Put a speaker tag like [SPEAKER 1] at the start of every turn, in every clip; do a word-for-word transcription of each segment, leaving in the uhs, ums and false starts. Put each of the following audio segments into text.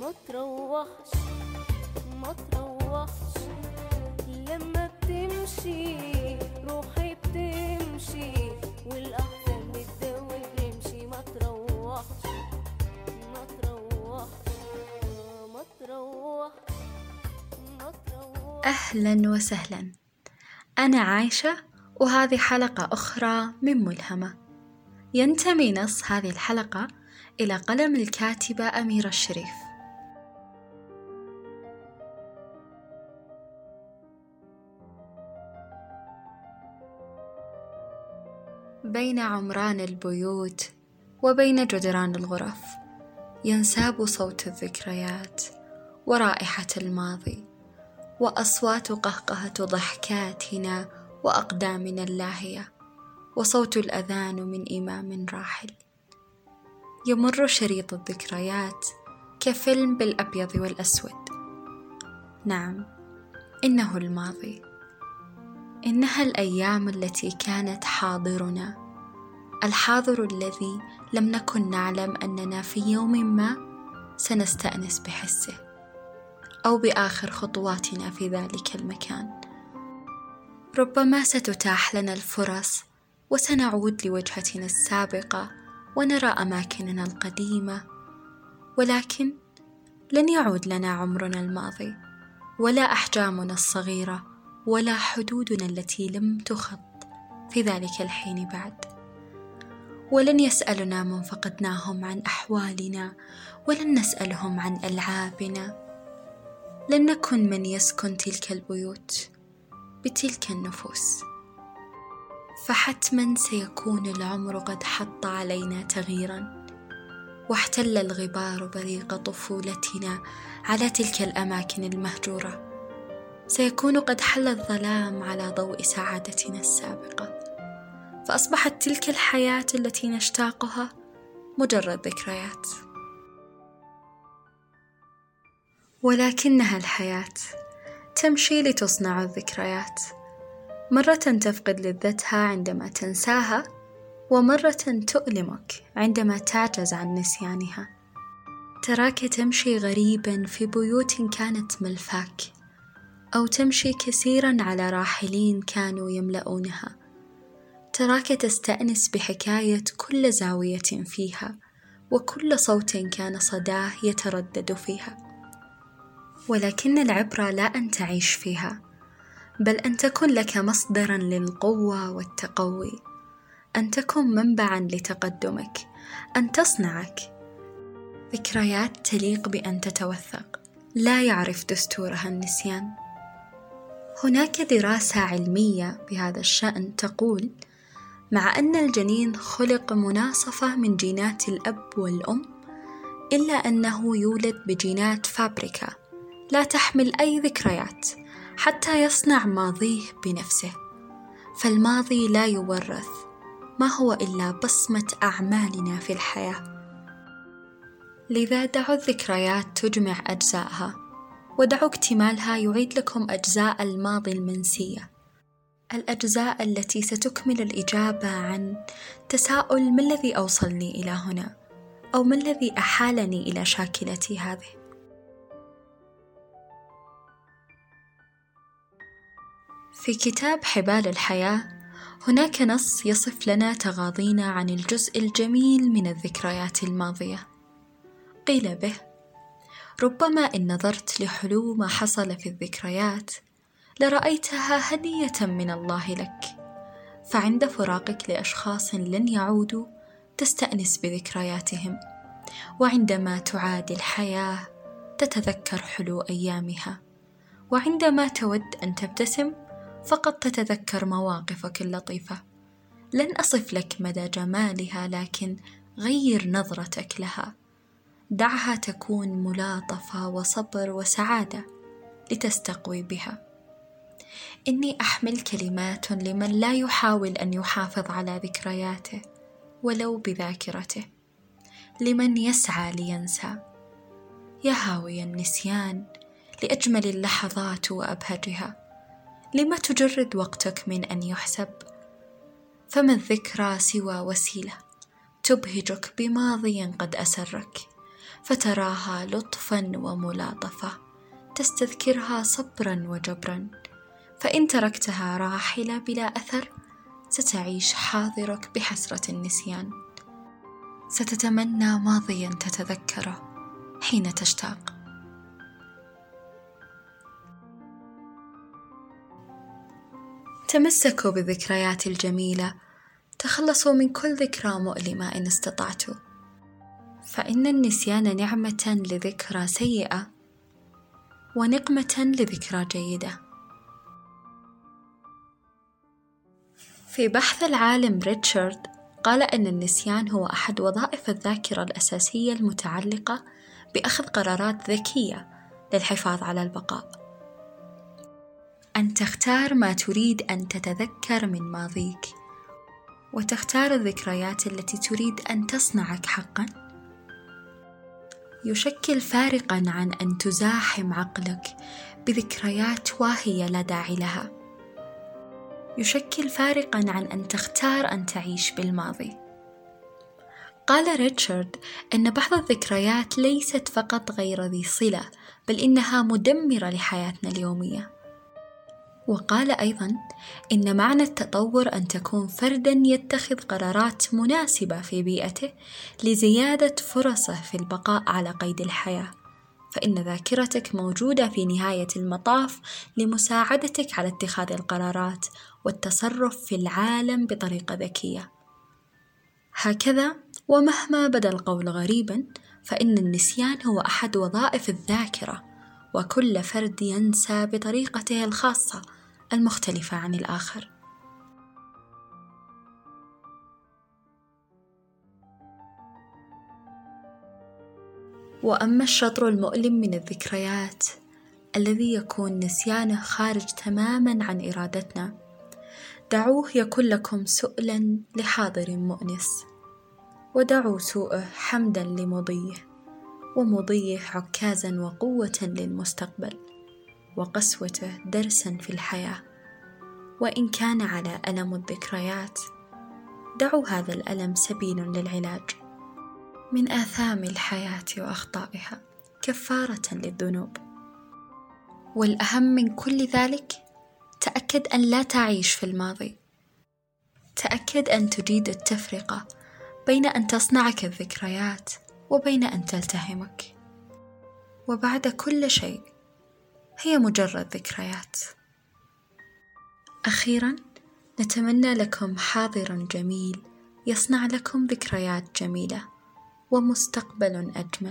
[SPEAKER 1] ما تروحش ما تروحش لما بتمشي روحي بتمشي والأحزان بتدور يمشي ما تروحش ما تروحش ما تروحش ما تروحش.
[SPEAKER 2] أهلا وسهلا، أنا عايشة وهذه حلقة أخرى من ملهمة. ينتمي نص هذه الحلقة إلى قلم الكاتبة أميرة الشريف. بين عمران البيوت وبين جدران الغرف ينساب صوت الذكريات ورائحة الماضي وأصوات قهقهة ضحكاتنا وأقدامنا اللاهية وصوت الأذان من إمام راحل. يمر شريط الذكريات كفيلم بالأبيض والأسود. نعم، إنه الماضي، إنها الأيام التي كانت حاضرنا، الحاضر الذي لم نكن نعلم أننا في يوم ما سنستأنس بحسه أو بآخر خطواتنا في ذلك المكان. ربما ستتاح لنا الفرص وسنعود لوجهتنا السابقة ونرى أماكننا القديمة، ولكن لن يعود لنا عمرنا الماضي ولا أحجامنا الصغيرة ولا حدودنا التي لم تخط في ذلك الحين بعد. ولن يسألنا من فقدناهم عن أحوالنا، ولن نسألهم عن ألعابنا. لن نكن من يسكن تلك البيوت بتلك النفوس، فحتما سيكون العمر قد حط علينا تغييرا، واحتل الغبار بريق طفولتنا على تلك الأماكن المهجورة. سيكون قد حل الظلام على ضوء سعادتنا السابقة، فأصبحت تلك الحياة التي نشتاقها مجرد ذكريات. ولكنها الحياة تمشي لتصنع الذكريات، مرة تفقد لذتها عندما تنساها، ومرة تؤلمك عندما تعجز عن نسيانها. تراك تمشي غريبا في بيوت كانت ملفاك، أو تمشي كثيرا على راحلين كانوا يملؤونها. تراك تستأنس بحكاية كل زاوية فيها وكل صوت كان صداه يتردد فيها. ولكن العبرة لا أن تعيش فيها، بل أن تكن لك مصدرا للقوة والتقوي، أن تكن منبعا لتقدمك، أن تصنعك ذكريات تليق بأن تتوثق لا يعرف دستورها النسيان. هناك دراسة علمية بهذا الشأن تقول مع أن الجنين خلق مناصفة من جينات الأب والأم، إلا أنه يولد بجينات فابريكا لا تحمل أي ذكريات حتى يصنع ماضيه بنفسه. فالماضي لا يورث، ما هو إلا بصمة أعمالنا في الحياة. لذا دعوا الذكريات تجمع أجزائها، ودعوا اكتمالها يعيد لكم أجزاء الماضي المنسية، الأجزاء التي ستكمل الإجابة عن تساؤل ما الذي أوصلني إلى هنا، أو ما الذي أحالني إلى شاكلتي هذه. في كتاب حبال الحياة هناك نص يصف لنا تغاضينا عن الجزء الجميل من الذكريات الماضية. قيل به: ربما إن نظرت لحلو ما حصل في الذكريات لرأيتها هدية من الله لك، فعند فراقك لأشخاص لن يعودوا تستأنس بذكرياتهم، وعندما تعاد الحياة تتذكر حلو أيامها، وعندما تود أن تبتسم فقط تتذكر مواقفك اللطيفة. لن أصف لك مدى جمالها، لكن غير نظرتك لها، دعها تكون ملاطفة وصبر وسعادة لتستقوي بها. إني أحمل كلمات لمن لا يحاول أن يحافظ على ذكرياته ولو بذاكرته، لمن يسعى لينسى. يا هاوي النسيان لأجمل اللحظات وأبهجها، لما تجرد وقتك من أن يحسب؟ فما الذكرى سوى وسيلة تبهجك بماضي قد أسرك، فتراها لطفا وملاطفة، تستذكرها صبرا وجبرا، فإن تركتها راحلة بلا أثر ستعيش حاضرك بحسرة النسيان، ستتمنى ماضيا تتذكره حين تشتاق. تمسكوا بالذكريات الجميلة، تخلصوا من كل ذكرى مؤلمة إن استطعتوا، فإن النسيان نعمة لذكرى سيئة ونقمة لذكرى جيدة. في بحث العالم ريتشارد قال أن النسيان هو أحد وظائف الذاكرة الأساسية المتعلقة بأخذ قرارات ذكية للحفاظ على البقاء. أن تختار ما تريد أن تتذكر من ماضيك، وتختار الذكريات التي تريد أن تصنعك حقا، يشكل فارقا عن أن تزاحم عقلك بذكريات واهية لا داعي لها. يشكل فارقا عن أن تختار أن تعيش بالماضي. قال ريتشارد أن بعض الذكريات ليست فقط غير ذي صلة، بل إنها مدمرة لحياتنا اليومية. وقال أيضا إن معنى التطور أن تكون فرداً يتخذ قرارات مناسبة في بيئته لزيادة فرصه في البقاء على قيد الحياة، فإن ذاكرتك موجودة في نهاية المطاف لمساعدتك على اتخاذ القرارات والتصرف في العالم بطريقة ذكية. هكذا، ومهما بدا القول غريباً، فإن النسيان هو أحد وظائف الذاكرة، وكل فرد ينسى بطريقته الخاصة المختلفة عن الآخر. وأما الشطر المؤلم من الذكريات الذي يكون نسيانه خارج تماماً عن إرادتنا، دعوه يكن لكم سؤلاً لحاضر مؤنس، ودعوا سوءه حمداً لمضيه، ومضيه عكازاً وقوة للمستقبل، وقسوته درساً في الحياة. وإن كان على ألم الذكريات، دعوا هذا الألم سبيل للعلاج من آثام الحياة وأخطائها، كفارة للذنوب. والأهم من كل ذلك، تأكد أن لا تعيش في الماضي. تأكد أن تجيد التفرقة بين أن تصنعك الذكريات وبين أن تلتهمك. وبعد كل شيء، هي مجرد ذكريات. أخيراً، نتمنى لكم حاضراً جميل يصنع لكم ذكريات جميلة ومستقبل أجمل.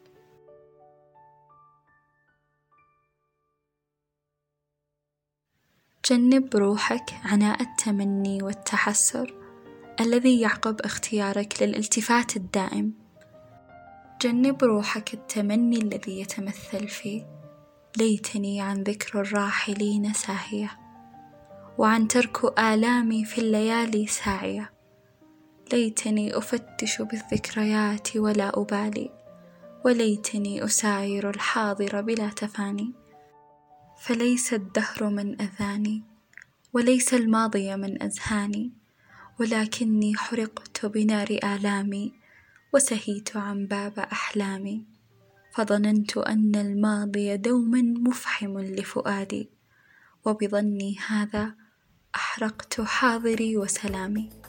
[SPEAKER 2] جنب روحك عناء التمني والتحسر الذي يعقب اختيارك للالتفات الدائم. جنب روحك التمني الذي يتمثل في ليتني عن ذكر الراحلين ساهية، وعن ترك آلامي في الليالي ساعية. ليتني أفتش بالذكريات ولا أبالي، وليتني أساير الحاضر بلا تفاني. فليس الدهر من أذاني، وليس الماضي من أذهاني، ولكني حرقت بنار آلامي، وسهيت عن باب أحلامي. فظننت أن الماضي دوما مفحم لفؤادي، وبظني هذا أحرقت حاضري وسلامي.